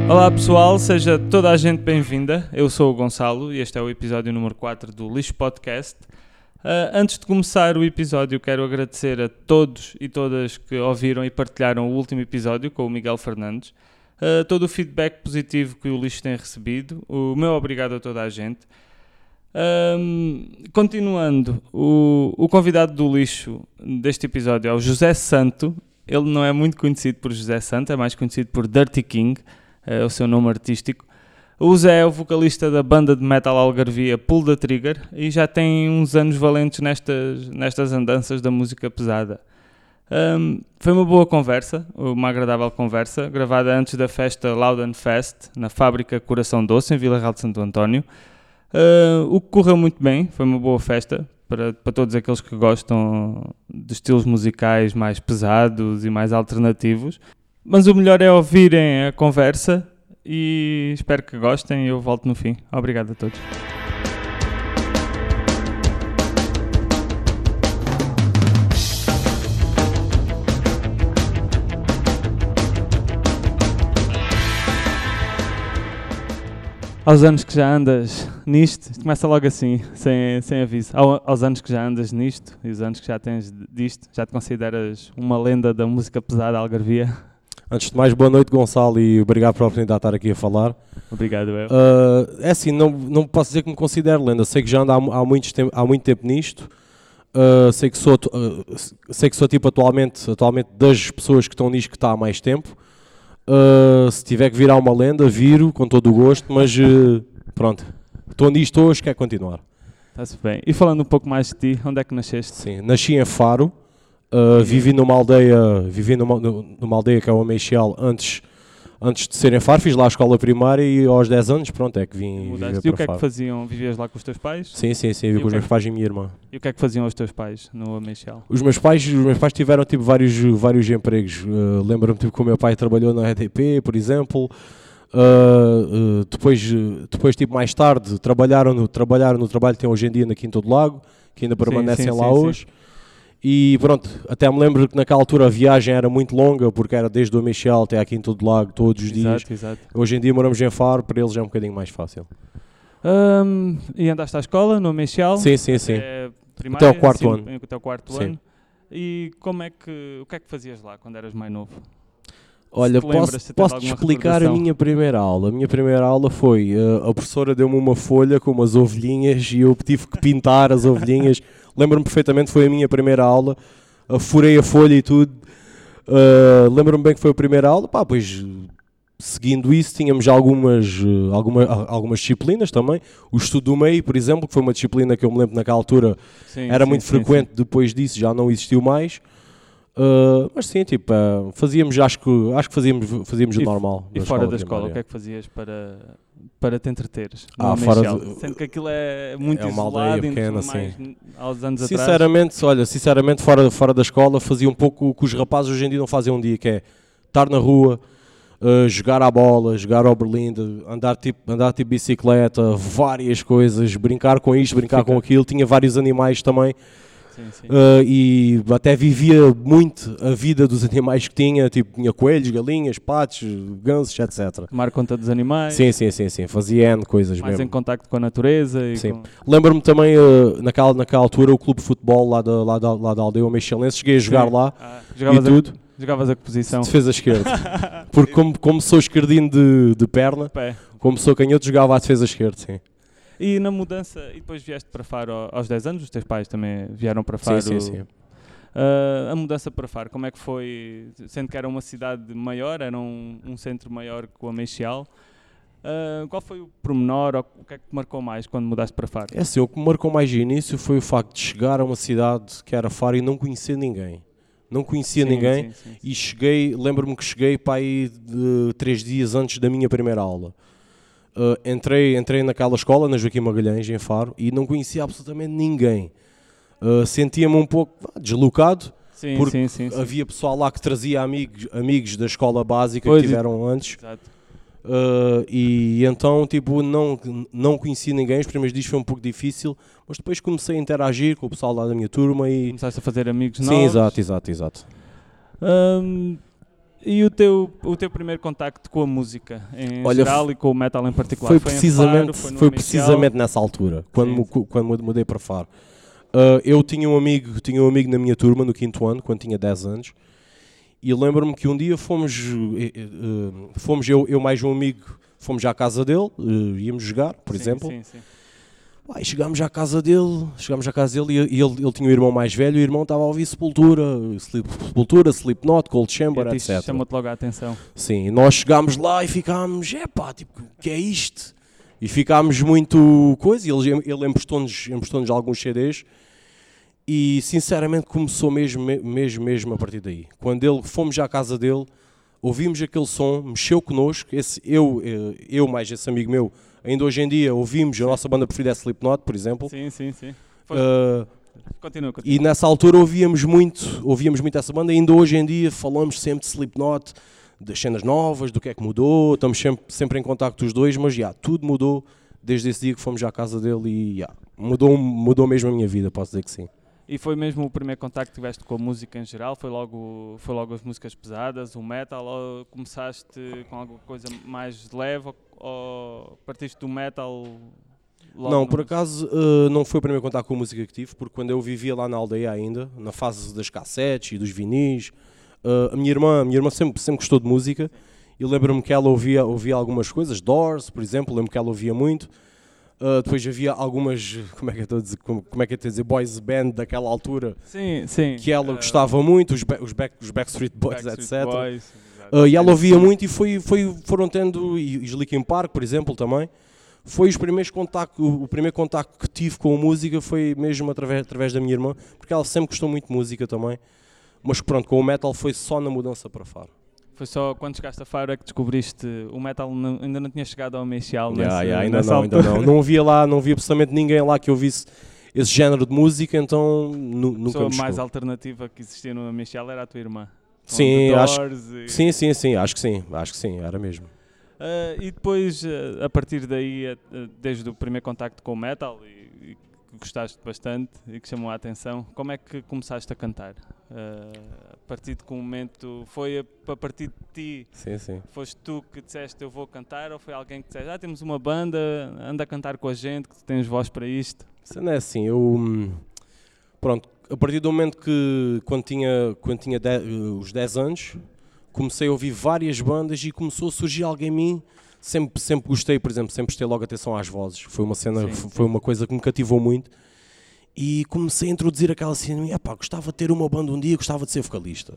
Olá pessoal, seja toda a gente bem-vinda. Eu sou o Gonçalo e este é o episódio número 4 do Lixo Podcast. Antes de começar o episódio, quero agradecer a todos e todas que ouviram e partilharam o último episódio com o Miguel Fernandes. Todo o feedback positivo que o Lixo tem recebido. O meu obrigado a toda a gente. Continuando, o convidado do Lixo deste episódio é o José Santo. Ele não é muito conhecido por José Santo, é mais conhecido por Dirty King, é o seu nome artístico. O Zé é o vocalista da banda de metal algarvia Pull the Trigger e já tem uns anos valentes nestas andanças da música pesada. Foi uma boa conversa, uma agradável conversa, gravada antes da festa Loud and Fast, na fábrica Coração Doce, em Vila Real de Santo António. O que correu muito bem, foi uma boa festa para todos aqueles que gostam de estilos musicais mais pesados e mais alternativos. Mas o melhor é ouvirem a conversa e espero que gostem e eu volto no fim. Obrigado a todos. Aos anos que já andas nisto, isto começa logo assim, sem aviso. Aos anos que já andas nisto e os anos que já tens disto, já te consideras uma lenda da música pesada algarvia? Antes de mais, boa noite, Gonçalo, e obrigado pela oportunidade de estar aqui a falar. Obrigado, eu. É assim, não posso dizer que me considero lenda. Sei que já ando há muito tempo nisto. Sei que sou tipo atualmente das pessoas que estão nisto que está há mais tempo. Se tiver que virar uma lenda, viro com todo o gosto, mas pronto, estou nisto hoje, quero continuar. Está-se bem. E falando um pouco mais de ti, onde é que nasceste? Sim, nasci em Faro, vivi numa aldeia que é o Ameixial antes de ser em Faro, fiz lá a escola primária e aos 10 anos, pronto, é que vim viver para Faro. E o que é que faziam? Vivias lá com os teus pais? Sim, vivi com os meus pais e minha irmã. E o que é que faziam os teus pais no Ameixial? Os meus pais tiveram tipo vários empregos. Lembro-me tipo, que o meu pai trabalhou na EDP, por exemplo. Depois tipo, mais tarde trabalharam no trabalho que tem hoje em dia na Quinta do Lago, que ainda permanecem lá hoje. E pronto, até me lembro que naquela altura a viagem era muito longa, porque era desde o Ameixial até à Quinta do Lago, todos os dias. Exato. Hoje em dia moramos em Faro, para eles é um bocadinho mais fácil. E andaste à escola no Ameixial? Sim. Primária, até o quarto ano. Até o quarto ano. E o que é que fazias lá quando eras mais novo? Olha, posso-te explicar a minha primeira aula. A minha primeira aula foi, a professora deu-me uma folha com umas ovelhinhas e eu tive que pintar as ovelhinhas. Lembro-me perfeitamente, foi a minha primeira aula. Furei a folha e tudo. Lembro-me bem que foi a primeira aula. Pois, seguindo isso, tínhamos algumas disciplinas também. O estudo do meio, por exemplo, que foi uma disciplina que eu me lembro naquela altura, era muito frequente. Depois disso já não existiu mais. Mas sim, tipo, acho que fazíamos o normal. E fora da escola, o que é que fazias para te entreteres? Sendo que aquilo é muito isolado, uma aldeia pequena, mais aos anos atrás. Sinceramente, fora da escola, fazia um pouco o que os rapazes hoje em dia não fazem um dia, que é estar na rua, jogar à bola, jogar ao berlinde, andar tipo bicicleta, várias coisas, brincar com isto, brincar com aquilo. Tinha vários animais também. Sim. E até vivia muito a vida dos animais que tinha, tipo, tinha coelhos, galinhas, patos, gansos, etc. Tomar conta dos animais. Sim, fazia N coisas mais mesmo. Em contacto com a natureza. Lembro-me também, naquela altura, o clube de futebol lá da aldeia Ameixalense, cheguei a jogar lá e tudo. Jogavas a que posição? Defesa esquerda. Porque como sou esquerdino de perna, como sou canhoto, jogava à defesa esquerda, sim. E na mudança, e depois vieste para Faro aos 10 anos, os teus pais também vieram para Faro? Sim. A mudança para Faro, como é que foi? Sendo que era uma cidade maior, era um centro maior que o Ameixial, qual foi o pormenor, ou o que é que te marcou mais quando mudaste para Faro? É assim, o que me marcou mais de início foi o facto de chegar a uma cidade que era Faro e não conhecer ninguém. Não conhecia ninguém. E lembro-me que cheguei para aí 3 dias antes da minha primeira aula. Entrei naquela escola, na Joaquim Magalhães, em Faro, e não conhecia absolutamente ninguém. Sentia-me um pouco deslocado, porque havia pessoal lá que trazia amigos da escola básica que tiveram antes. Exato. E então tipo, não conheci ninguém. Os primeiros dias foi um pouco difícil, mas depois comecei a interagir com o pessoal lá da minha turma e começaste a fazer amigos novos. Sim, exato. E o teu primeiro contacto com a música em geral e com o metal em particular? Foi precisamente nessa altura, quando mudei para Faro. Eu tinha um amigo na minha turma, no 5º ano, quando tinha 10 anos, e lembro-me que um dia fomos eu mais um amigo, fomos à casa dele, íamos jogar, por exemplo. Sim. Chegámos à casa dele e ele tinha um irmão mais velho, e o irmão estava a ouvir Sepultura, Slipknot, Cold Chamber, etc. Chamou-te logo a atenção. Sim, e nós chegámos lá e ficámos, tipo, o que é isto? E ficámos muito coisa, e ele emprestou-nos alguns CDs, e sinceramente começou mesmo a partir daí. Quando fomos à casa dele, ouvimos aquele som, mexeu connosco, eu mais esse amigo meu, ainda hoje em dia ouvimos, a nossa banda preferida é Slipknot, por exemplo. Sim. Continua. E nessa altura ouvíamos muito essa banda, e ainda hoje em dia falamos sempre de Slipknot, das cenas novas, do que é que mudou, estamos sempre em contacto os dois, mas tudo mudou desde esse dia que fomos à casa dele, e mudou mesmo a minha vida, posso dizer que sim. E foi mesmo o primeiro contacto que tiveste com a música em geral? Foi logo as músicas pesadas, o metal, ou começaste com alguma coisa mais leve, ou partiste do metal logo? Não, por acaso não foi o primeiro contacto com a música que tive, porque quando eu vivia lá na aldeia ainda, na fase das cassetes e dos vinis, a minha irmã sempre gostou de música, e lembro-me que ela ouvia algumas coisas, Doors, por exemplo, lembro que ela ouvia muito. Depois havia algumas, como é que eu estou a dizer, boys band daquela altura, sim, que ela gostava muito, os Backstreet Boys, etc. Boys, e ela ouvia muito, e foram tendo, e os Linkin Park, por exemplo, também. Foi o primeiro contacto que tive com a música foi mesmo através da minha irmã, porque ela sempre gostou muito de música também, mas pronto, com o metal foi só na mudança para Faro. Foi só quando chegaste a Faro é que descobriste o metal, ainda não tinha chegado ao Meixal ainda não. Não havia absolutamente ninguém lá que ouvisse esse género de música, então nunca me chegou. A mais alternativa que existia no Meixal era a tua irmã? Sim, acho que sim, era mesmo. E depois, a partir daí, desde o primeiro contacto com o metal, e que gostaste bastante e que chamou a atenção, como é que começaste a cantar? A partir de que momento foi a partir de ti? Sim. Foste tu que disseste eu vou cantar, ou foi alguém que disseste temos uma banda, anda a cantar com a gente, que tens voz para isto? Isso não é assim, pronto, a partir do momento que quando tinha os 10 anos, comecei a ouvir várias bandas e começou a surgir alguém em mim. Sempre gostei, por exemplo, sempre prestei logo atenção às vozes. Foi uma cena, foi uma coisa que me cativou muito. E comecei a introduzir aquela cena, gostava de ter uma banda um dia, gostava de ser vocalista.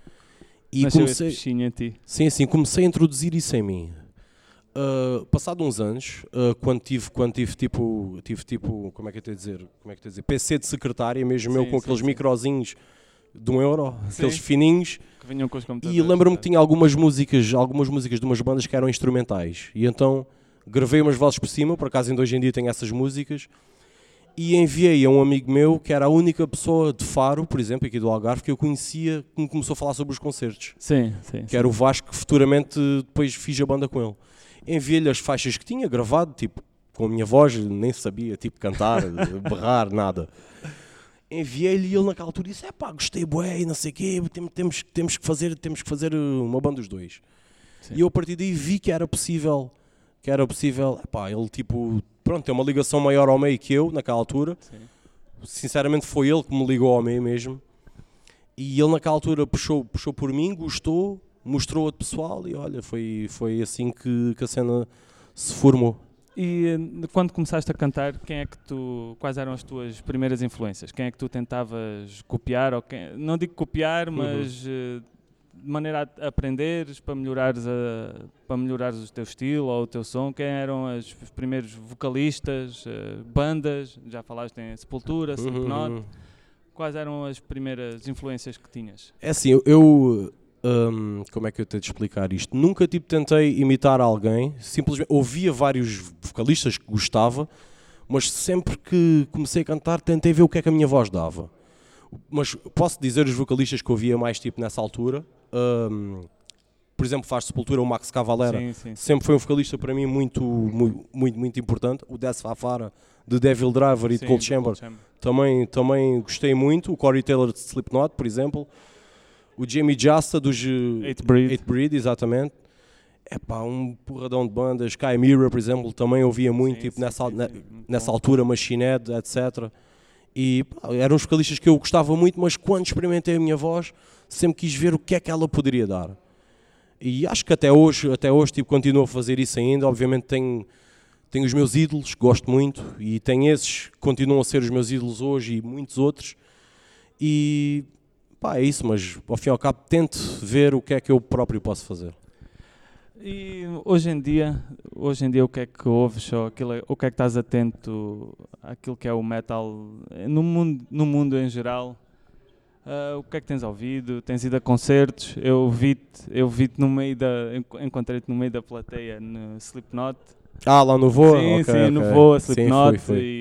E comecei esse bichinho em ti. Sim, comecei a introduzir isso em mim. Passado uns anos, quando tive tipo, como é que eu te dizer, PC de secretária, mesmo eu com aqueles microzinhos de €1, aqueles fininhos, que vinham com os computadores. E lembro-me que tinha algumas músicas de umas bandas que eram instrumentais, e então gravei umas vozes por cima, por acaso ainda hoje em dia tenho essas músicas, e enviei a um amigo meu, que era a única pessoa de Faro, por exemplo, aqui do Algarve, que eu conhecia, que me começou a falar sobre os concertos. Sim. Era o Vasco, que futuramente depois fiz a banda com ele. Enviei-lhe as faixas que tinha gravado, tipo, com a minha voz, nem sabia, tipo, cantar, berrar, nada. Enviei-lhe e ele naquela altura disse, gostei bué, não sei o quê, temos que fazer uma banda dos dois. Sim. E eu a partir daí vi que era possível, ele tipo, pronto, tem uma ligação maior ao meio que eu, naquela altura. Sim. Sinceramente foi ele que me ligou ao meio mesmo. E ele naquela altura puxou por mim, gostou, mostrou outro pessoal e olha, foi assim que a cena se formou. E quando começaste a cantar, quais eram as tuas primeiras influências? Quem é que tu tentavas copiar? Não digo copiar, mas de maneira a aprenderes, para melhorares o teu estilo ou o teu som. Quem eram os primeiros vocalistas, bandas? Já falaste em Sepultura, Slipknot. Quais eram as primeiras influências que tinhas? É assim, como é que eu tenho de explicar isto? Nunca tentei imitar alguém, simplesmente ouvia vários vocalistas que gostava, mas sempre que comecei a cantar tentei ver o que é que a minha voz dava. Mas posso dizer os vocalistas que ouvia mais tipo nessa altura, por exemplo, faz Sepultura, o Max Cavalera, sim. Sempre foi um vocalista para mim muito importante, o Death Fafara, de Devil Driver e de Cold Chamber, também gostei muito, o Corey Taylor de Slipknot, por exemplo. O Jamie Jasta dos Breed. 8 Breed, exatamente. É pá, um porradão de bandas. Sky Mirror, por exemplo, também ouvia muito, tipo, nessa altura, Machine Head, etc. E pá, eram os vocalistas que eu gostava muito, mas quando experimentei a minha voz, sempre quis ver o que é que ela poderia dar. E acho que até hoje tipo, continuo a fazer isso ainda. Obviamente tenho os meus ídolos, gosto muito, e tenho esses que continuam a ser os meus ídolos hoje e muitos outros. E pá, é isso, mas ao fim e ao cabo tento ver o que é que eu próprio posso fazer. E hoje em dia o que é que ouves, ou o que é que estás atento àquilo que é o metal no mundo em geral? O que é que tens ouvido? Tens ido a concertos? Eu vi-te no meio encontrei-te no meio da plateia no Slipknot. Lá no Voa? Sim, no Voa, Slipknot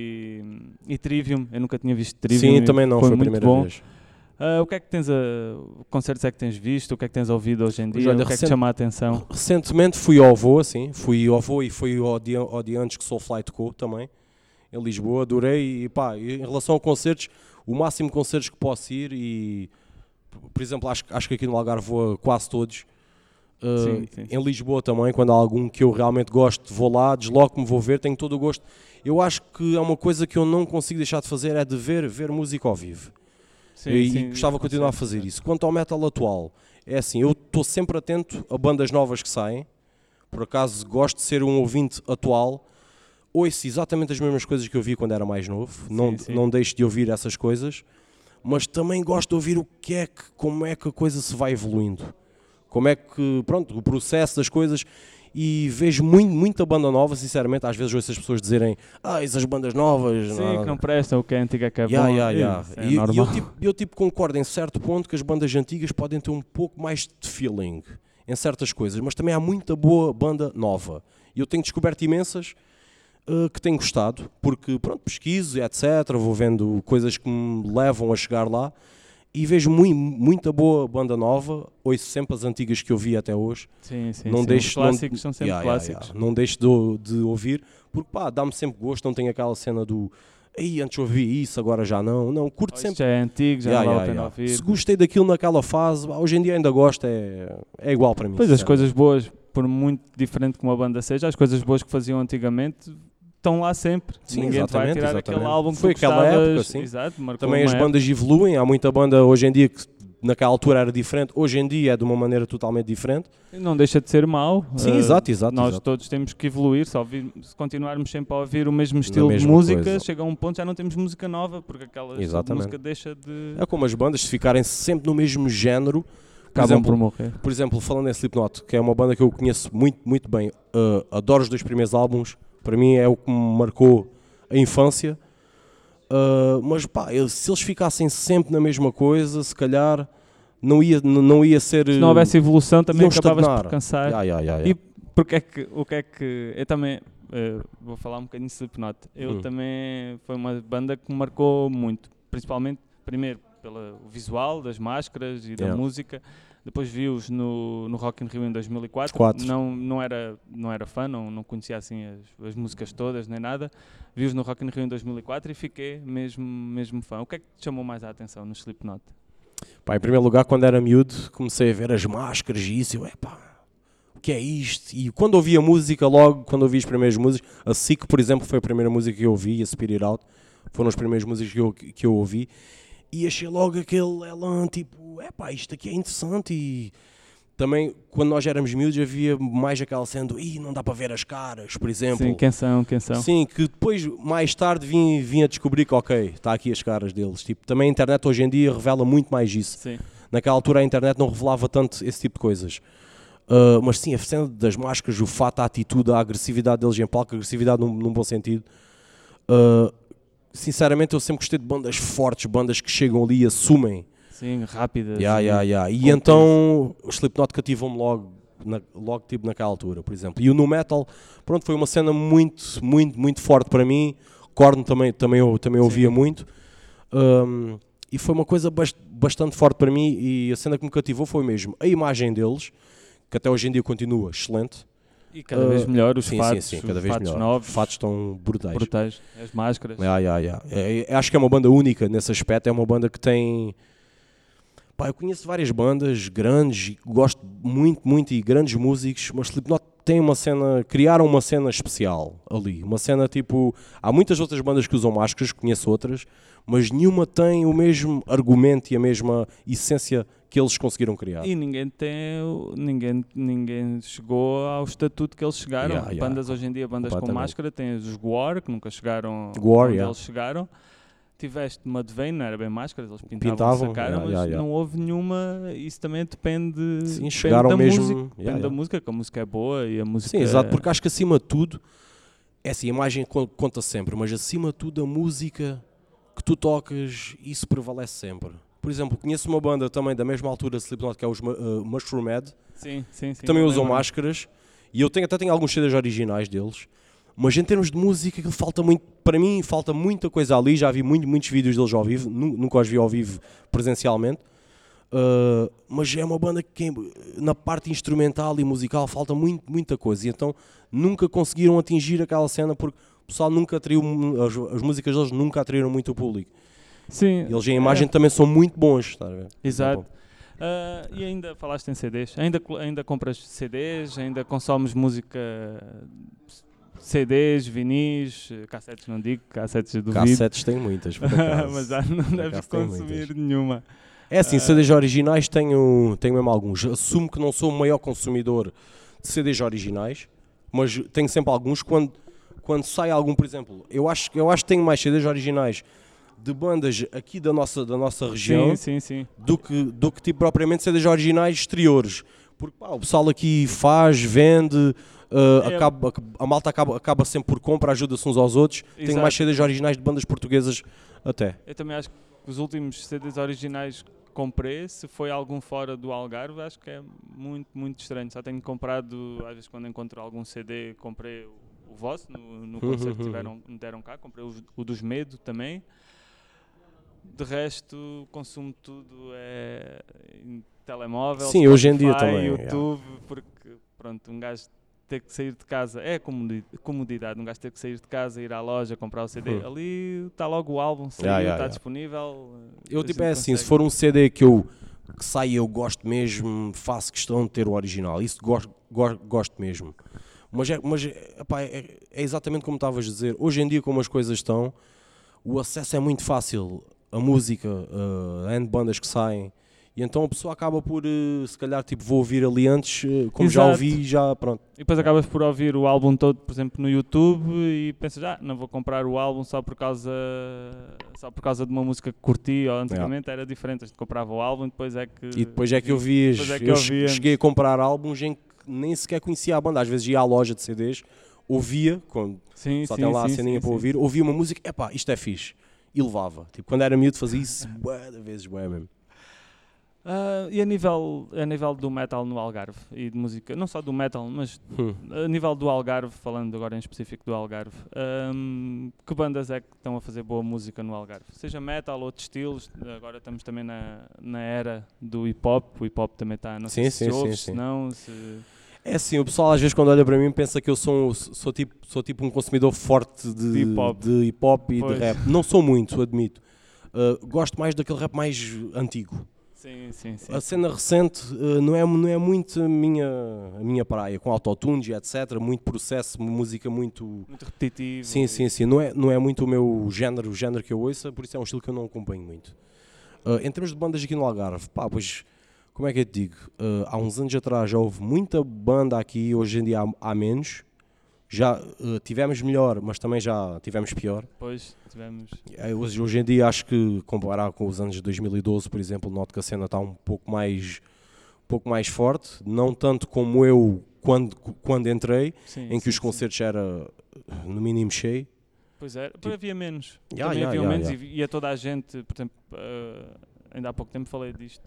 e Trivium. Eu nunca tinha visto Trivium. Sim, também não, foi a primeira vez. O que é que tens concertos é que tens visto? O que é que tens ouvido hoje em dia? Olha, o que é que te chama a atenção? Recentemente fui ao Voa, sim. Fui ao Voa e fui ao dia antes que Soulfly tocou também, em Lisboa. Adorei. E pá, em relação a concertos, o máximo de concertos que posso ir, e por exemplo, acho que aqui no Algarve vou a quase todos. Sim. Em Lisboa também, quando há algum que eu realmente gosto, vou lá, desloco-me, vou ver, tenho todo o gosto. Eu acho que é uma coisa que eu não consigo deixar de fazer, é de ver música ao vivo. E gostava de continuar a fazer isso. Quanto ao metal atual, é assim, eu estou sempre atento a bandas novas que saem. Por acaso gosto de ser um ouvinte atual. Ouço exatamente as mesmas coisas que eu vi quando era mais novo. Não deixo de ouvir essas coisas. Mas também gosto de ouvir como é que a coisa se vai evoluindo. Como é que, pronto, o processo das coisas. E vejo muita banda nova, sinceramente. Às vezes ouço as pessoas dizerem essas bandas novas... Sim, que não prestam, o que é antigo é que é bom. E eu concordo em certo ponto que as bandas antigas podem ter um pouco mais de feeling em certas coisas, mas também há muita boa banda nova. E eu tenho descoberto imensas que tenho gostado, porque, pronto, pesquiso, etc. Vou vendo coisas que me levam a chegar lá. E vejo muita boa banda nova, ouço sempre as antigas que eu vi até hoje. Sim. Os clássicos são sempre clássicos. Não deixo de ouvir, porque pá, dá-me sempre gosto, não tenho aquela cena do antes ouvi isso, agora já não. Não, curto sempre. Já é antigo, já não vale a pena ouvir. Se gostei daquilo naquela fase, hoje em dia ainda gosto, é igual para mim. Pois as coisas boas, por muito diferente que uma banda seja, as coisas boas que faziam antigamente... estão lá sempre. Sim, ninguém te vai tirar aquele álbum que foi aquela época, sim. Exato, também as bandas evoluem, há muita banda hoje em dia que naquela altura era diferente, hoje em dia é de uma maneira totalmente diferente. Não deixa de ser mau. Sim, exato. Nós todos temos que evoluir, se continuarmos sempre a ouvir o mesmo estilo de música, coisa. Chega a um ponto já não temos música nova, porque aquela música deixa de... É como as bandas, se ficarem sempre no mesmo género, acabam por morrer. Por exemplo, falando em Slipknot, que é uma banda que eu conheço muito bem, adoro os 2 primeiros álbuns. Para mim é o que me marcou a infância, mas pá, se eles ficassem sempre na mesma coisa, se calhar não ia ser... Se não houvesse evolução também acabavas por cansar. E o que é que... Eu também vou falar um bocadinho de Slipknot. Eu também... Foi uma banda que me marcou muito, principalmente, primeiro, pelo visual das máscaras e da música. Depois vi-os no Rock in Rio em 2004. Não era fã, não conhecia assim as músicas todas nem nada. Vi-os no Rock in Rio em 2004 e fiquei mesmo fã. O que é que te chamou mais a atenção no Slipknot? Pá, em primeiro lugar, quando era miúdo, comecei a ver as máscaras e isso, o que é isto? E quando ouvi a música, quando ouvi as primeiras músicas, a Sick, por exemplo, foi a primeira música que eu ouvi, a Spit It Out, foram as primeiras músicas que eu ouvi. E achei logo aquele elan, tipo, isto aqui é interessante. E também, quando nós éramos miúdos, havia mais aquela cena do, não dá para ver as caras, por exemplo. Sim, quem são? Sim, que depois, mais tarde, vim a descobrir que, está aqui as caras deles. Tipo, também a internet hoje em dia revela muito mais isso. Sim. Naquela altura a internet não revelava tanto esse tipo de coisas. Mas sim, a cena das máscaras, o fato, a atitude, a agressividade deles em palco, a agressividade num bom sentido. Sinceramente, eu sempre gostei de bandas fortes, bandas que chegam ali e assumem. Sim, rápidas. E então o Slipknot cativou-me logo tipo naquela altura, por exemplo. E o nu metal, pronto, foi uma cena muito forte para mim. Korn também eu ouvia muito. E foi uma coisa bastante forte para mim, e a cena que me cativou foi mesmo a imagem deles, que até hoje em dia continua excelente. E cada vez melhor, os fatos, sim, cada vez melhor. Novos. Os fatos estão brutais. As máscaras. Acho que é uma banda única nesse aspecto, é uma banda que tem... Pá, eu conheço várias bandas grandes, gosto muito e grandes músicos, mas Slipknot tem uma cena, criaram uma cena especial ali, uma cena tipo, há muitas outras bandas que usam máscaras, conheço outras, mas nenhuma tem o mesmo argumento e a mesma essência que eles conseguiram criar. E ninguém chegou ao estatuto que eles chegaram. Bandas hoje em dia, bandas com máscara, têm os Gwar, que nunca chegaram onde eles chegaram. Tiveste Mudvayne, não era bem máscaras, eles pintavam a cara, mas não houve nenhuma. Isso também depende, chegaram da mesmo, música, depende da música, que a música é boa e a música. Sim, exato, porque acho que acima de tudo, é assim, a imagem conta sempre, mas acima de tudo a música que tu tocas, isso prevalece sempre. Por exemplo, conheço uma banda também da mesma altura de Slipknot, que é os Mushroom Head, que também usam máscaras, e eu até tenho alguns CDs originais deles. Mas em termos de música, aquilo falta muito, para mim, falta muita coisa ali. Já vi muitos vídeos deles ao vivo, nunca os vi ao vivo presencialmente. Mas é uma banda que na parte instrumental e musical falta muita coisa. E então nunca conseguiram atingir aquela cena porque o pessoal nunca atraiu, as músicas deles nunca atraíram muito o público. Sim. Eles em imagem também são muito bons. Está a ver? Exato. E ainda falaste em CDs? Ainda compras CDs? Ainda consomes música... CDs, vinis, cassetes não digo, cassetes duvido. Cassetes tem muitas, por acaso. Mas já não deves consumir nenhuma. É assim, CDs originais tenho mesmo alguns. Assumo que não sou o maior consumidor de CDs originais, mas tenho sempre alguns. Quando sai algum, por exemplo, eu acho que tenho mais CDs originais de bandas aqui da nossa região sim. do que tipo, propriamente CDs originais exteriores. Porque o pessoal aqui faz, vende... a malta acaba sempre por compra, ajuda-se uns aos outros. Exato. Tenho mais CDs originais de bandas portuguesas até. Eu também acho que os últimos CDs originais que comprei, se foi algum fora do Algarve, acho que é muito estranho. Só tenho comprado, às vezes quando encontro algum CD, comprei o vosso no concerto que deram cá, comprei o dos Medo também. De resto, consumo tudo em telemóvel, sim, hoje em dia também, YouTube, porque pronto, um gajo ter que sair de casa é comodidade, um gajo ter que sair de casa, ir à loja, comprar o CD, ali está logo o álbum, está disponível. Eu tipo é assim, se for um CD que sai eu gosto mesmo, faço questão de ter o original, isso gosto mesmo. Mas é exatamente como estavas a dizer, hoje em dia como as coisas estão, o acesso é muito fácil, a música, a bandas que saem. E então a pessoa acaba por, se calhar, tipo, vou ouvir ali antes, como Exato. Já ouvi, já pronto. E depois acabas por ouvir o álbum todo, por exemplo, no YouTube e pensas, não vou comprar o álbum só por causa de uma música que curti, ou antigamente era diferente, a gente comprava o álbum e depois é que ouvias. Eu cheguei a comprar álbuns em que nem sequer conhecia a banda, às vezes ia à loja de CDs, ouvia, só tem lá a ceninha para ouvir, ouvia uma música, isto é fixe, e levava. Tipo, quando era miúdo fazia isso, vezes mesmo. E a nível do metal no Algarve e de música, não só do metal, mas a nível do Algarve, falando agora em específico do Algarve, que bandas é que estão a fazer boa música no Algarve? Seja metal, outros estilos, agora estamos também na era do hip-hop, o hip-hop também está, não sei se ouve, se não... É assim, o pessoal às vezes quando olha para mim pensa que eu sou tipo um consumidor forte de hip-hop e de rap. Não sou muito, admito. Gosto mais daquele rap mais antigo. Sim. A cena recente não é muito a minha praia, com autotunes e etc, muito processo, música muito repetitivo. Sim, não é muito o meu género, o género que eu ouço, por isso é um estilo que eu não acompanho muito. Em termos de bandas aqui no Algarve, pois, como é que eu te digo? Há uns anos atrás já houve muita banda aqui, hoje em dia há menos. Já tivemos melhor, mas também já tivemos pior. Pois, tivemos. Hoje em dia acho que, comparado com os anos de 2012, por exemplo, noto que a cena está um pouco mais forte. Não tanto como eu quando entrei, em que os concertos era no mínimo cheio. Pois é, tipo, havia menos. Havia menos. E ia toda a gente, por exemplo, ainda há pouco tempo falei disto.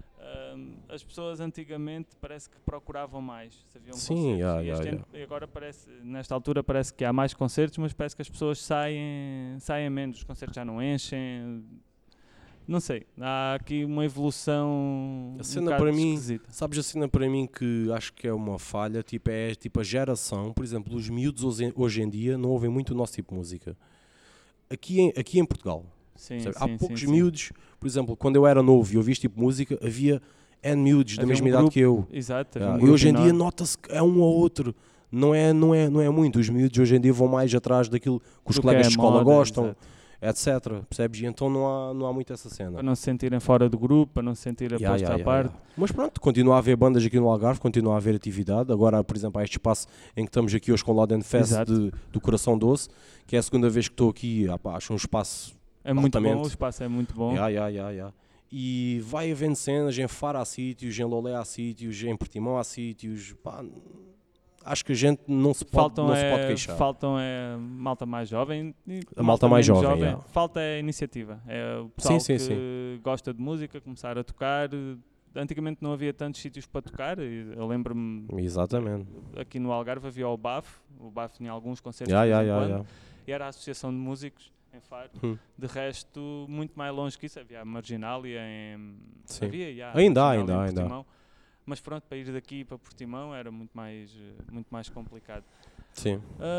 As pessoas antigamente parece que procuravam mais, sabiam concertos. E agora nesta altura parece que há mais concertos, mas parece que as pessoas saem menos, os concertos já não enchem. Não sei, há aqui uma evolução a cena para mim, esquisita. Sabes a cena para mim que acho que é uma falha, é a geração, por exemplo, os miúdos hoje em dia não ouvem muito o nosso tipo de música. Aqui em Portugal. Sim, há poucos miúdos, por exemplo, quando eu era novo e ouvia este tipo de música, havia N miúdos da mesma idade que eu. Exato. E hoje em dia nota-se que é um ou outro. Não é muito. Os miúdos hoje em dia vão mais atrás daquilo que os colegas de escola gostam, etc. Percebes? E então não há muito essa cena. Para não se sentirem fora do grupo, para não se sentirem postos à parte. Mas pronto, continua a haver bandas aqui no Algarve, continua a haver atividade. Agora, por exemplo, há este espaço em que estamos aqui hoje com o Loud and Fest do Coração Doce, que é a segunda vez que estou aqui. Acho um espaço muito bom, o espaço é muito bom. E vai havendo cenas, em Faro há sítios, em Lolé há sítios, em Portimão há sítios. Acho que a gente não se pode queixar. Faltam malta mais jovem. A malta mais jovem. Falta a iniciativa. É o pessoal que gosta de música, começar a tocar. Antigamente não havia tantos sítios para tocar. Eu lembro-me. Exatamente. Aqui no Algarve havia o BAF. O BAF tinha alguns concertos. E era a Associação de Músicos em Faro. De resto, muito mais longe que isso. Havia a Marginália Ainda. Mas pronto, para ir daqui para Portimão era muito mais complicado. Sim.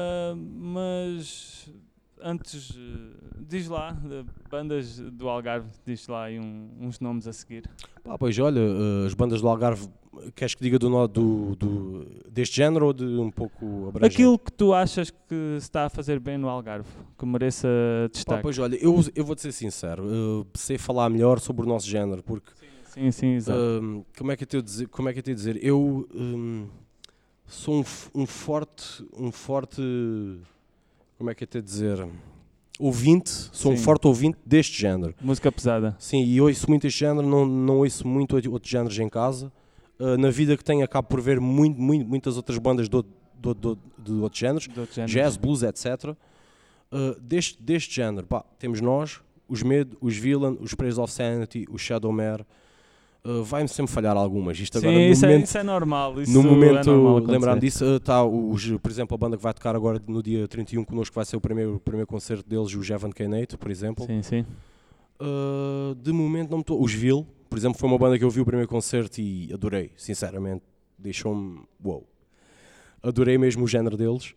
Mas antes, diz lá, bandas do Algarve, diz lá aí uns nomes a seguir. Pois olha, as bandas do Algarve, queres que diga deste género ou de um pouco abrangente? Aquilo que tu achas que se está a fazer bem no Algarve, que mereça destaque. Pois olha, eu vou-te ser sincero, sei falar melhor sobre o nosso género, porque... Sim, exato. Como é que eu te ia dizer? Eu sou um forte, como é que eu te ia dizer? Ouvinte, sou um forte ouvinte deste género. Música pesada. Sim, e ouço muito este género, não ouço muito outros géneros em casa. Na vida que tenho, acabo por ver muitas outras bandas de outros géneros, jazz, blues, etc. Deste género, temos nós, os Medo, os Villain, os Praise of Sanity, os Shadowmare. Vai-me sempre falhar algumas. Isto agora, isso é normal. No momento, lembrar-me disso, por exemplo, a banda que vai tocar agora no dia 31 connosco, vai ser o primeiro concerto deles, os Evan Knight, por exemplo. Sim. De momento não me estou... Os Vil, por exemplo, foi uma banda que eu vi o primeiro concerto e adorei, sinceramente. Deixou-me... Uou! Adorei mesmo o género deles.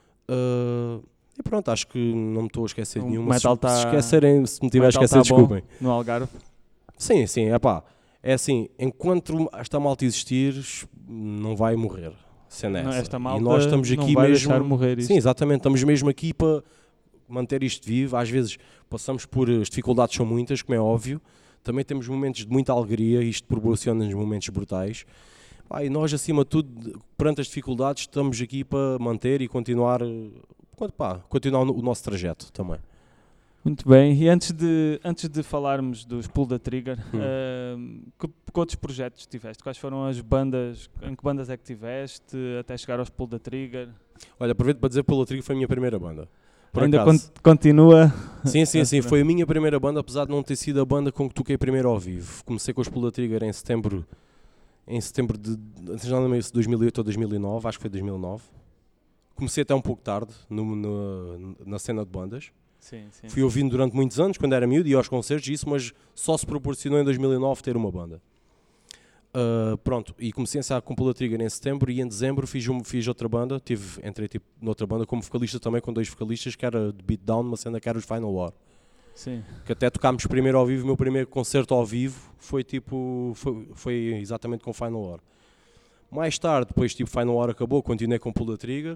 E pronto, acho que não me estou a esquecer de nenhuma. Se esquecerem, se me tiver a esquecer, desculpem. No Algarve? Sim, é assim, enquanto esta malta existir, não vai morrer. Esta malta e nós estamos aqui não vai mesmo, deixar morrer isto. Sim, exatamente, estamos mesmo aqui para manter isto vivo. Às vezes passamos por... As dificuldades são muitas, como é óbvio. Também temos momentos de muita alegria, isto proporciona-nos momentos brutais. E nós, acima de tudo, perante as dificuldades, estamos aqui para manter e continuar o nosso trajeto também. Muito bem, e antes de falarmos dos Pull the Trigger, que outros projetos tiveste? Quais foram as bandas, em que bandas é que tiveste até chegar aos Pull the Trigger? Olha, aproveito para dizer que Pull the Trigger foi a minha primeira banda. Ainda continua? Sim, foi a minha primeira banda, apesar de não ter sido a banda com que toquei primeiro ao vivo. Comecei com os Pull the Trigger em setembro de 2008 ou 2009, acho que foi 2009. Comecei até um pouco tarde na cena de bandas. Sim. Fui ouvindo durante muitos anos, quando era miúdo, ia aos concertos, mas só se proporcionou em 2009 ter uma banda. Pronto, e comecei a ensaiar com Pull the Trigger em setembro e em dezembro fiz outra banda, entrei noutra banda como vocalista também, com 2 vocalistas, que era de Beatdown, uma cena que era os Final War. Sim. Que até tocámos primeiro ao vivo, o meu primeiro concerto ao vivo foi exatamente com Final War. Mais tarde, depois Final War acabou, continuei com Pull the Trigger.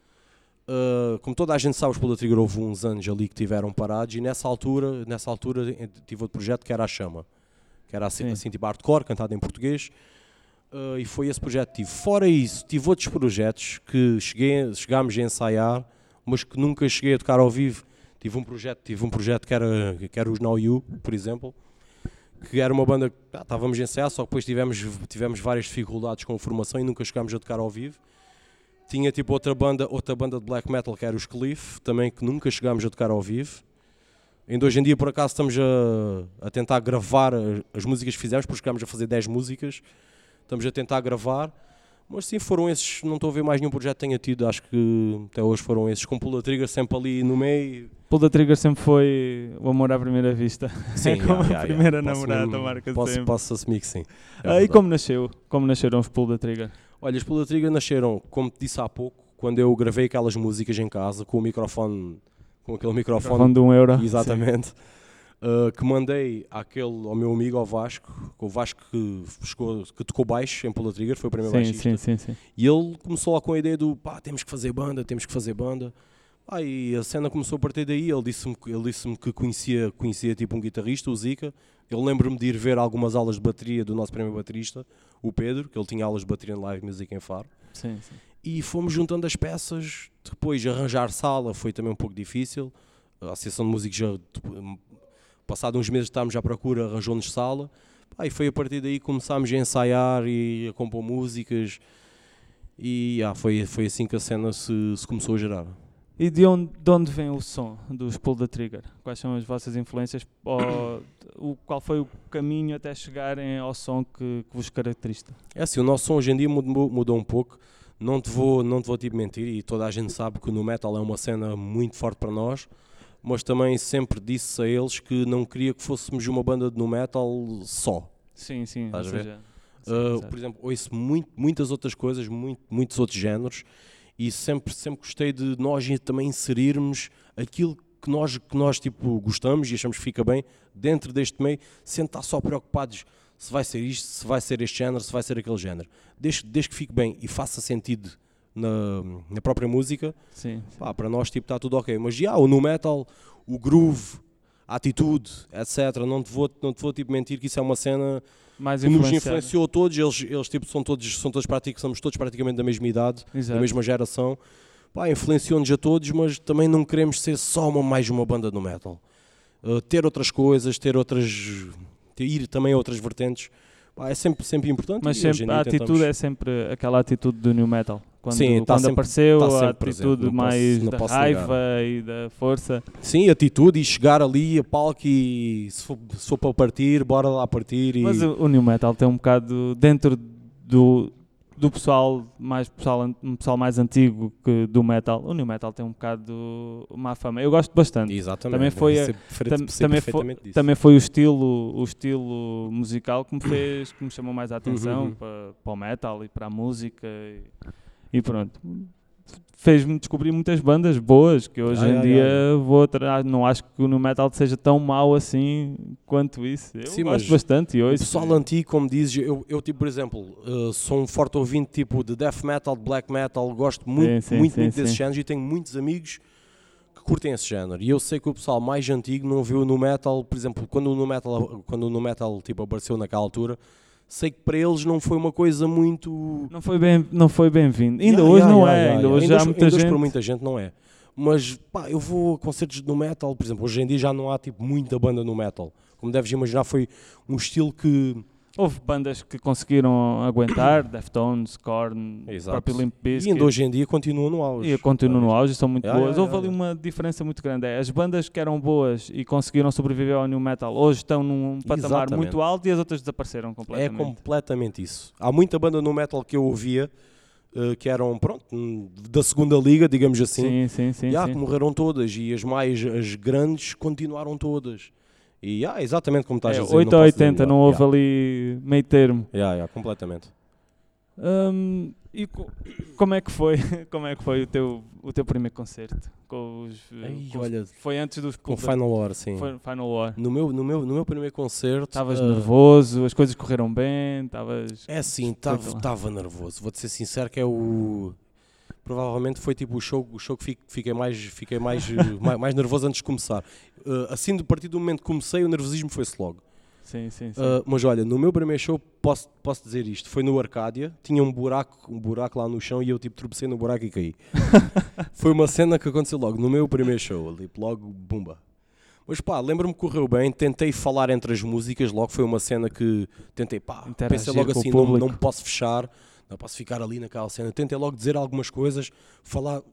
Como toda a gente sabe, os Pull the Trigger houve uns anos ali que tiveram parados e nessa altura tive outro projeto que era a Chama, que era assim tipo hardcore, cantado em português, e foi esse projeto que tive. Fora isso, tive outros projetos que chegámos a ensaiar, mas que nunca cheguei a tocar ao vivo. Tive um projeto que era os Now You, por exemplo, que era uma banda que estávamos a ensaiar, só que depois tivemos várias dificuldades com a formação e nunca chegámos a tocar ao vivo. Tinha outra banda de black metal, que era os Cliff, também, que nunca chegámos a tocar ao vivo. Ainda hoje em dia, por acaso, estamos a tentar gravar as músicas que fizemos, porque chegámos a fazer 10 músicas. Estamos a tentar gravar. Mas sim, foram esses, não estou a ver mais nenhum projeto que tenha tido, acho que até hoje foram esses, com Pull the Trigger sempre ali no meio. Pull the Trigger sempre foi o amor à primeira vista. Sim, como a primeira namorada, marca sempre. Posso assumir que sim. E como nasceram os Pull the Trigger? Olha, os Pull the Trigger nasceram, como te disse há pouco, quando eu gravei aquelas músicas em casa, com aquele microfone de €1. Exatamente. que mandei ao meu amigo, ao Vasco, o Vasco que tocou baixo em Pull the Trigger, foi o primeiro baixista. Sim. E ele começou lá com a ideia do, temos que fazer banda. E a cena começou a partir daí. Ele disse-me que conhecia tipo um guitarrista, o Zica. Eu lembro-me de ir ver algumas aulas de bateria do nosso primeiro baterista, o Pedro, que ele tinha aulas de bateria em live music em Faro. Sim. E fomos juntando as peças. Depois arranjar sala foi também um pouco difícil. A Associação de Músicos, passado uns meses estávamos à procura, arranjou-nos sala. E foi a partir daí que começámos a ensaiar e a compor músicas. E foi assim que a cena se começou a gerar. E de onde vem o som dos Pull the Trigger? Quais são as vossas influências? Qual foi o caminho até chegarem ao som que vos caracteriza? É assim, o nosso som hoje em dia mudou um pouco. Não te vou tipo mentir, e toda a gente sabe que no metal é uma cena muito forte para nós, mas também sempre disse a eles que não queria que fôssemos uma banda de no metal só. Sim. Estás a ver? Por exemplo, ouço muitas outras coisas, muitos outros géneros, e sempre gostei de nós também inserirmos aquilo que nós tipo, gostamos e achamos que fica bem dentro deste meio, sem estar só preocupados se vai ser isto, se vai ser este género, se vai ser aquele género. Desde que fique bem e faça sentido na própria música, sim. Para nós tipo, está tudo ok. Mas o nu metal, o groove, a atitude, etc. Não te vou tipo, mentir que isso é uma cena mais que nos influenciou a todos. Eles tipo, somos todos praticamente da mesma idade, exato, da mesma geração. Influenciou-nos a todos, mas também não queremos ser só mais uma banda no metal. Ter outras coisas, ir também a outras vertentes, é sempre importante. Mas sempre, a atitude é sempre aquela atitude do new metal. Quando sempre, apareceu, a atitude presente, mais da raiva e da força. Sim, atitude e chegar ali a palco e se for para partir, bora lá partir. Mas o new metal tem um bocado dentro do pessoal mais antigo que do metal. O new metal tem um bocado má fama. Eu gosto bastante. Exatamente. Também foi o estilo musical que me chamou mais a atenção para o metal e para a música e pronto. Fez-me descobrir muitas bandas boas que hoje em dia vou atrás. Não acho que o nu metal seja tão mau assim quanto isso. Eu gosto bastante. E hoje, o pessoal antigo, como dizes, eu tipo, por exemplo, sou um forte ouvinte tipo de death metal, de black metal, gosto muito desses géneros e tenho muitos amigos que curtem esse género. E eu sei que o pessoal mais antigo não viu o nu metal, por exemplo, quando o nu metal tipo, apareceu naquela altura, sei que para eles não foi uma coisa muito... Não foi bem-vindo. Ainda hoje não é. Ainda hoje há muita gente. Para muita gente não é. Mas, eu vou a concertos no metal, por exemplo, hoje em dia já não há tipo, muita banda no metal. Como deves imaginar, foi um estilo que... Houve bandas que conseguiram aguentar, Deftones, Korn, próprio Limp Bizkit. E ainda hoje em dia continuam no auge. E são muito boas. Houve ali uma diferença muito grande. As bandas que eram boas e conseguiram sobreviver ao new metal hoje estão num patamar muito alto e as outras desapareceram completamente. É completamente isso. Há muita banda no metal que eu ouvia que eram, da segunda liga, digamos assim. Sim. Que morreram todas e as grandes continuaram todas. E exatamente como estás a dizer. 8 ou 80, não houve ali meio termo. Completamente. E como é que foi o teu primeiro concerto? Foi antes dos... Com Final War, sim. Foi Final War. No meu primeiro concerto... Estavas nervoso, as coisas correram bem, É assim, estava nervoso. Vou-te ser sincero que é o... Provavelmente foi tipo o show que fiquei mais nervoso antes de começar. Assim, a partir do momento que comecei, o nervosismo foi-se logo. Sim. Mas olha, no meu primeiro show, posso dizer isto, foi no Arcádia, tinha um buraco lá no chão e eu tipo tropecei no buraco e caí. Foi uma cena que aconteceu logo no meu primeiro show, tipo, logo, bumba. Mas lembro-me que correu bem, tentei falar entre as músicas, logo foi uma cena que tentei, pensei logo assim, não posso fechar. Não posso ficar ali naquela cena. Tentei logo dizer algumas coisas, falar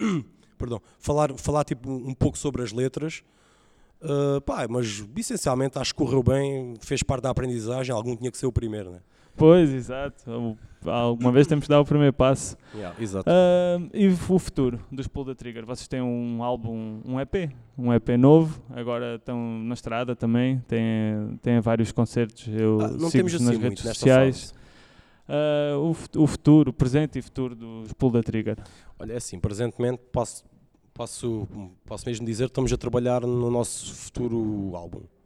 tipo um pouco sobre as letras, mas essencialmente acho que correu bem, fez parte da aprendizagem, algum tinha que ser o primeiro, né? Pois, exato. Alguma vez temos de dar o primeiro passo. Exato. E o futuro dos Pull the Trigger? Vocês têm um álbum, um EP novo, agora estão na estrada também, têm vários concertos, eu sigo assim nas redes sociais. O futuro, o presente e futuro dos Pull the Trigger? Olha, é assim, presentemente posso mesmo dizer que estamos a trabalhar no nosso futuro álbum.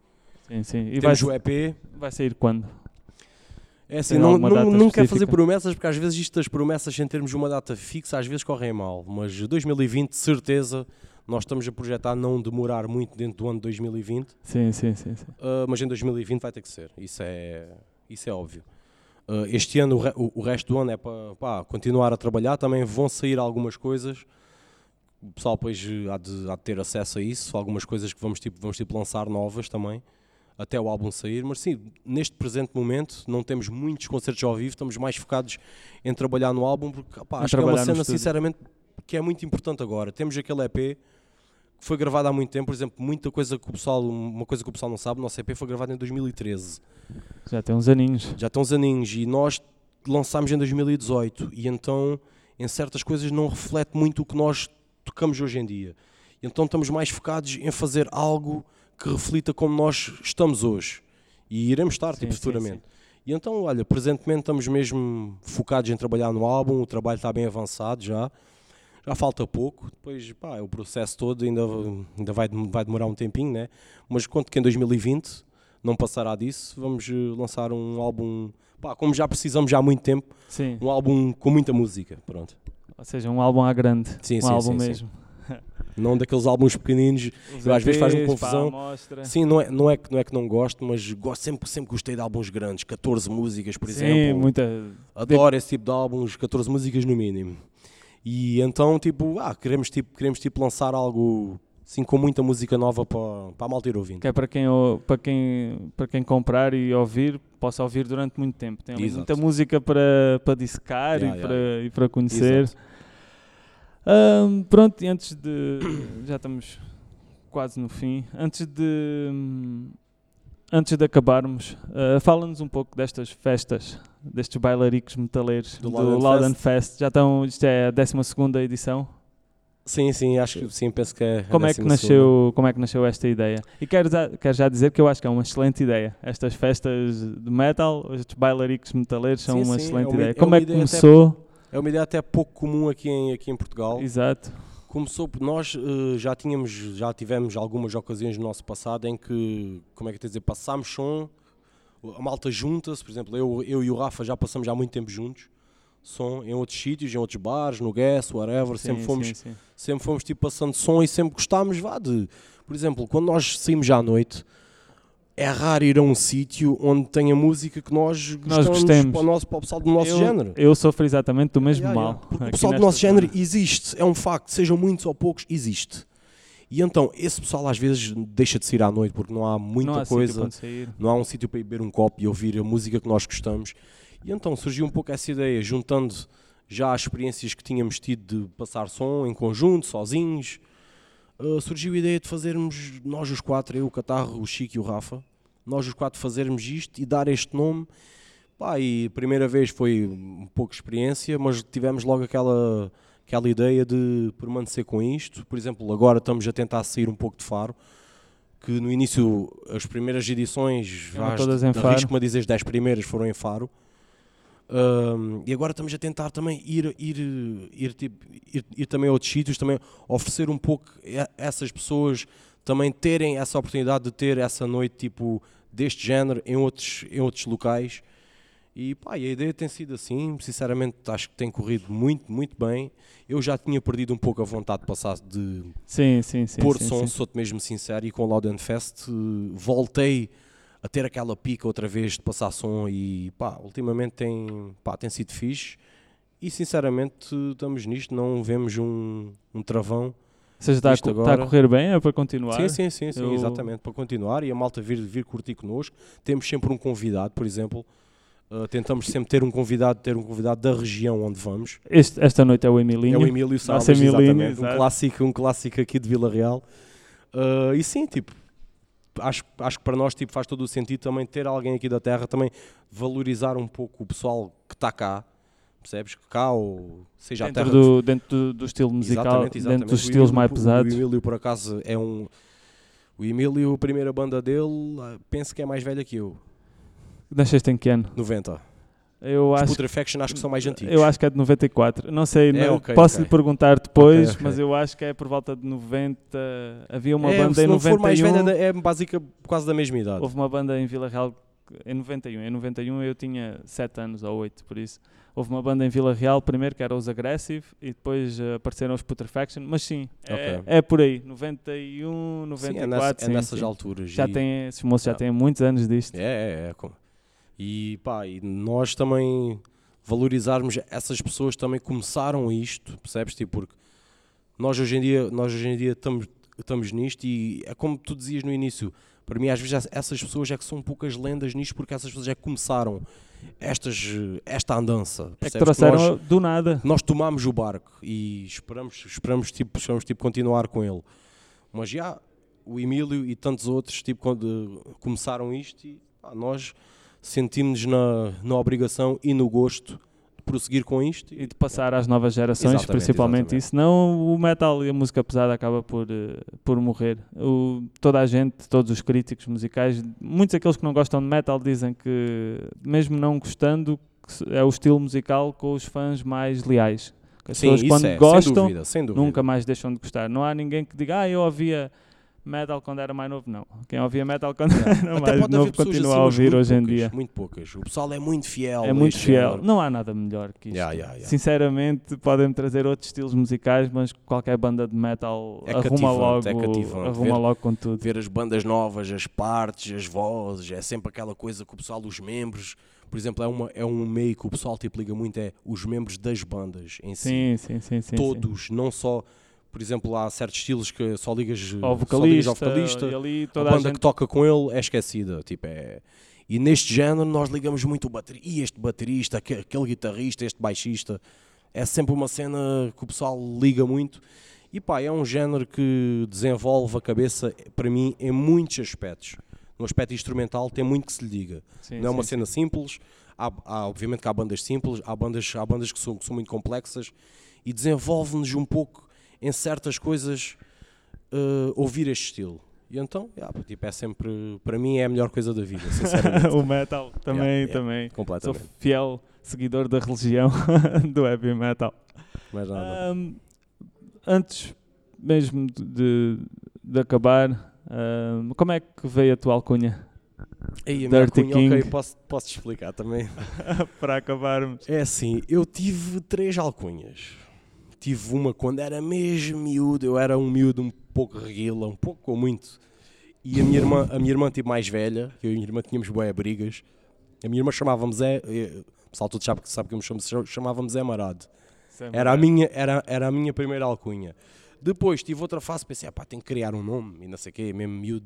Sim. E temos o EP. Vai sair quando? É assim, não quero fazer promessas, porque às vezes isto das promessas em termos de uma data fixa às vezes correm mal, mas 2020 de certeza nós estamos a projetar não demorar muito dentro do ano de 2020. Sim. Mas em 2020 vai ter que ser, isso é óbvio. Este ano, o resto do ano é para continuar a trabalhar, também vão sair algumas coisas, o pessoal depois há de ter acesso a isso, algumas coisas que vamos lançar novas também, até o álbum sair, mas sim, neste presente momento não temos muitos concertos ao vivo, estamos mais focados em trabalhar no álbum, porque acho que é uma cena sinceramente que é muito importante agora. Temos aquele EP que foi gravado há muito tempo, por exemplo, uma coisa que o pessoal não sabe, o nosso EP foi gravado em 2013. Já tem uns aninhos. E nós lançámos em 2018 e então em certas coisas não reflete muito o que nós tocamos hoje em dia. E então estamos mais focados em fazer algo que reflita como nós estamos hoje e iremos estar futuramente. E então, olha, presentemente estamos mesmo focados em trabalhar no álbum, o trabalho está bem avançado já falta pouco, depois o processo todo ainda vai demorar um tempinho, né? Mas conto que em 2020 não passará disso, vamos lançar um álbum, como já precisamos já há muito tempo, um álbum com muita música, pronto. Ou seja, um álbum à grande, álbum mesmo. Não daqueles álbuns pequeninos, que às vezes faz-me confusão. Sim, não é que não gosto, mas sempre gostei de álbuns grandes, 14 músicas, por exemplo. Adoro esse tipo de álbuns, 14 músicas no mínimo. E então, queremos lançar algo assim com muita música nova para a malta ir ouvindo. Que é para quem comprar e ouvir, possa ouvir durante muito tempo. Tem ali muita música para dissecar e para conhecer. Pronto, e antes de... já estamos quase no fim. Antes de acabarmos, fala-nos um pouco destas festas, destes bailaricos metaleiros do Loudon Fest. Isto é a 12ª edição? Sim, acho que sim, penso que é. Como é que nasceu esta ideia? E quero já dizer que eu acho que é uma excelente ideia. Estas festas de metal, estes bailaricos metaleiros são uma excelente ideia. Como é que começou? É uma ideia até pouco comum aqui em Portugal. Exato. Começou por nós, já tivemos algumas ocasiões no nosso passado em que, passámos som, a malta junta-se, por exemplo, eu e o Rafa já passamos há muito tempo juntos, som em outros sítios, em outros bares, no Guess, whatever, sempre fomos passando som e sempre gostámos, por exemplo, quando nós saímos já à noite, é raro ir a um sítio onde tenha música que nós gostemos para o pessoal do nosso género. Eu sofro exatamente do mesmo mal. Porque o pessoal do nosso género existe, é um facto, sejam muitos ou poucos, existe. E então, esse pessoal às vezes deixa de sair à noite porque não há muita coisa, não há um sítio para ir beber um copo e ouvir a música que nós gostamos. E então surgiu um pouco essa ideia, juntando já as experiências que tínhamos tido de passar som em conjunto, sozinhos. Surgiu a ideia de fazermos, nós os quatro, eu, o Catarro, o Chico e o Rafa, nós os quatro fazermos isto e dar este nome. E a primeira vez foi um pouco experiência, mas tivemos logo aquela ideia de permanecer com isto. Por exemplo, agora estamos a tentar sair um pouco de Faro, que no início, as primeiras edições, arrisco-me a dizer, as 10 primeiras foram em Faro. E agora estamos a tentar também ir também a outros sítios, também oferecer um pouco a essas pessoas também terem essa oportunidade de ter essa noite deste género em outros locais. E a ideia tem sido assim, sinceramente acho que tem corrido muito, muito bem. Eu já tinha perdido um pouco a vontade de passar de pôr som, sou-te mesmo sincero, e com o Loudon Fest voltei a ter aquela pica outra vez de passar som e ultimamente tem sido fixe e sinceramente estamos nisto, não vemos um travão. Ou seja, está a correr bem, é para continuar? Sim, exatamente, para continuar e a malta vir curtir connosco. Temos sempre um convidado, por exemplo, tentamos sempre ter um convidado da região onde vamos. Esta noite é o Emilinho. É o Emílio Salles, exatamente, um clássico aqui de Vila Real. E sim, acho que para nós faz todo o sentido também ter alguém aqui da terra, também valorizar um pouco o pessoal que está cá, percebes? Que cá, ou seja, a terra... Dentro do estilo musical, exatamente. Dentro dos estilos mais pesados. O Emílio, por acaso, o Emílio, a primeira banda dele, penso que é mais velha que eu. Nasceste em que ano? 90. Os Putrefaction acho que são mais antigos. Eu acho que é de 94. Não sei, posso lhe perguntar depois, mas eu acho que é por volta de 90. Havia uma banda em 91. Se não for mais velha, é básica quase da mesma idade. Houve uma banda em Vila Real em 91. Em 91 eu tinha 7 anos ou 8, por isso. Houve uma banda em Vila Real primeiro, que era os Aggressive, e depois apareceram os Putrefaction, mas sim, é por aí, 91, 94. Sim, é nessas alturas. Esses moços já têm muitos anos disto. E nós também valorizarmos essas pessoas também começaram isto, percebes? Tipo, porque nós hoje em dia estamos nisto e é como tu dizias no início, para mim às vezes essas pessoas é que são poucas lendas nisto porque essas pessoas é que começaram esta andança. Percebes? É que trouxeram do nada. Nós tomámos o barco e esperamos continuar com ele. Mas o Emílio e tantos outros quando começaram isto e nós sentimos-nos na obrigação e no gosto de prosseguir com isto. E de passar às novas gerações, principalmente isso. Senão o metal e a música pesada acaba por morrer. Toda a gente, todos os críticos musicais, muitos daqueles que não gostam de metal dizem que, mesmo não gostando, é o estilo musical com os fãs mais leais. As pessoas quando gostam, sem dúvida. Nunca mais deixam de gostar. Não há ninguém que diga, eu ouvia metal quando era mais novo, não. Quem ouvia metal quando era mais novo continua a ouvir hoje em dia. Muito poucas. O pessoal é muito fiel. É muito fiel. Não há nada melhor que isto. Sinceramente, podem trazer outros estilos musicais, mas qualquer banda de metal arruma logo com tudo. Ver as bandas novas, as partes, as vozes, é sempre aquela coisa que o pessoal, os membros, por exemplo, é um meio que o pessoal liga muito, é os membros das bandas em si. Sim. Todos, não só... Por exemplo, há certos estilos que só ligas ao vocalista e ali toda a banda que toca com ele é esquecida. E neste género nós ligamos muito o baterista, e este baterista, aquele guitarrista, este baixista. É sempre uma cena que o pessoal liga muito. E é um género que desenvolve a cabeça, para mim, em muitos aspectos. No aspecto instrumental tem muito que se lhe diga. Não é uma cena simples. Obviamente que há bandas simples, há bandas que são muito complexas e desenvolve-nos um pouco em certas coisas ouvir este estilo. E então, é sempre, para mim é a melhor coisa da vida, sinceramente. O metal também. Completamente. Sou fiel seguidor da religião do heavy metal. Mais nada. Antes mesmo de acabar, como é que veio a tua alcunha? Aí, a minha alcunha, ok, posso-te explicar também. Para acabarmos. É assim, eu tive 3 alcunhas. Tive uma quando era mesmo miúdo, eu era um miúdo um pouco reguila, um pouco ou muito. E a minha irmã tipo, mais velha, eu e a minha irmã tínhamos bué brigas. A minha irmã chamava-me Zé, o pessoal todo sabe que eu me chamava-me Zé Marado. Era a minha primeira alcunha. Depois tive outra fase, pensei, tenho que criar um nome e não sei o quê, mesmo miúdo.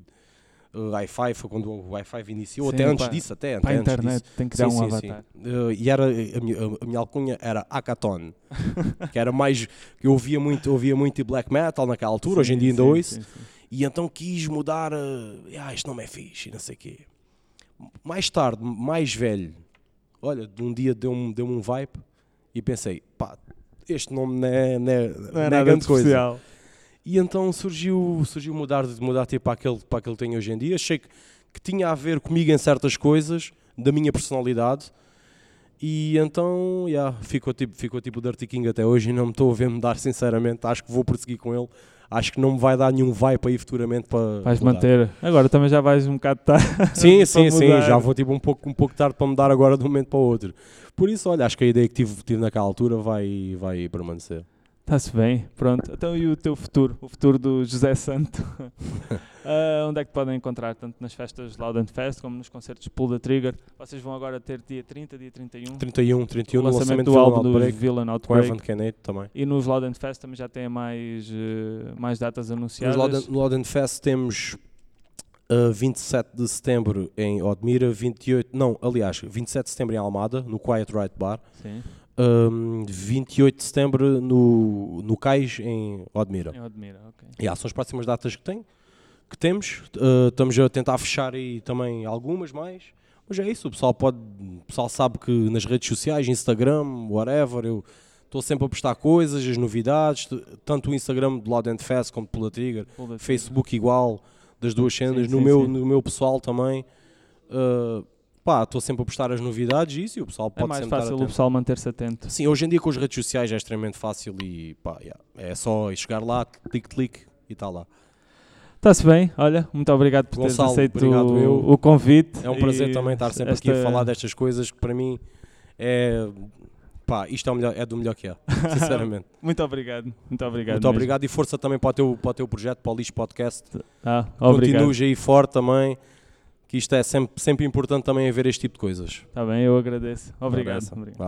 Wi-Fi foi quando o Wi-Fi iniciou, até antes disso. Para a internet tem que criar um avatar. E a minha alcunha era Hackathon, que era mais, que eu ouvia muito black metal naquela altura, hoje em dia ainda ouço, e então quis mudar, este nome é fixe, não sei o quê. Mais tarde, mais velho, olha, de um dia deu-me um vibe e pensei, este nome não é grande coisa. Especial. E então surgiu mudar tipo, para aquele que tenho hoje em dia. Achei que tinha a ver comigo em certas coisas, da minha personalidade. E então, ficou tipo o Dirty King até hoje e não me estou a ver mudar, sinceramente. Acho que vou prosseguir com ele. Acho que não me vai dar nenhum vibe aí futuramente para vais mudar. Manter. Agora também já vais um bocado tarde. Sim. Já vou tipo um pouco tarde para mudar agora de um momento para o outro. Por isso, olha, acho que a ideia que tive naquela altura vai permanecer. Está-se bem, pronto. Então e o teu futuro? O futuro do José Santo? Onde é que podem encontrar? Tanto nas festas Loud and Fest como nos concertos Pull the Trigger. Vocês vão agora ter dia 30, dia 31? 31 o lançamento do álbum do Villain Outbreak. Com Evan Kennedy também. E nos Loud and Fest também já tem mais datas anunciadas? No Loud and Fest temos 27 de setembro em Odmira, 27 de setembro em Almada, no Quiet Right Bar. Sim. 28 de setembro no Cais em Odmira. Ok. São as próximas datas que temos. Estamos a tentar fechar aí também algumas mais. Mas é isso, o pessoal sabe que nas redes sociais, Instagram, whatever, eu estou sempre a postar coisas, as novidades, tanto o Instagram do Loud and Fest como do Pull the Trigger, Facebook igual, das duas cenas, no meu pessoal também. estou sempre a postar as novidades e isso, e o pessoal pode sempre estar atento. É mais fácil o pessoal manter-se atento. Sim, hoje em dia com as redes sociais é extremamente fácil e é só chegar lá, clique e está lá. Está-se bem, olha, muito obrigado por teres aceito o convite. É um prazer também estar sempre aqui a falar destas coisas que para mim isto é, é do melhor que é, sinceramente. Muito obrigado. Muito obrigado e força também para o teu projeto, para o Lixo Podcast. Obrigado. Continues aí forte também, que isto é sempre importante também haver este tipo de coisas. Está bem, eu agradeço. Obrigado.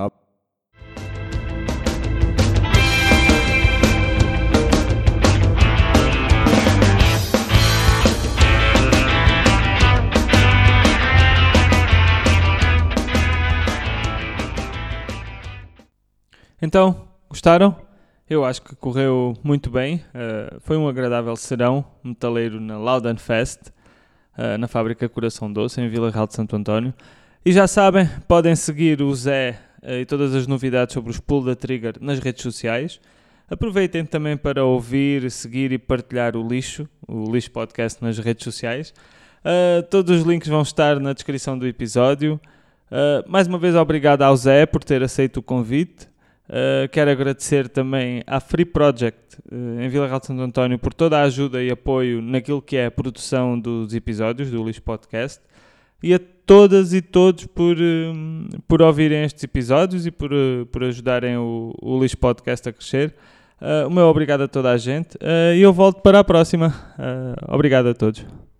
Então, gostaram? Eu acho que correu muito bem. Foi um agradável serão metaleiro na Loud Fest, na fábrica Coração Doce, em Vila Real de Santo António. E já sabem, podem seguir o Zé e todas as novidades sobre os Pull da Trigger nas redes sociais. Aproveitem também para ouvir, seguir e partilhar o Lixo Podcast nas redes sociais. Todos os links vão estar na descrição do episódio. Mais uma vez, obrigado ao Zé por ter aceito o convite. Quero agradecer também à Free Project em Vila Real de Santo António por toda a ajuda e apoio naquilo que é a produção dos episódios do Lixo Podcast, e a todas e todos por ouvirem estes episódios e por ajudarem o Lixo Podcast a crescer. O meu obrigado a toda a gente e eu volto para a próxima. Obrigado a todos.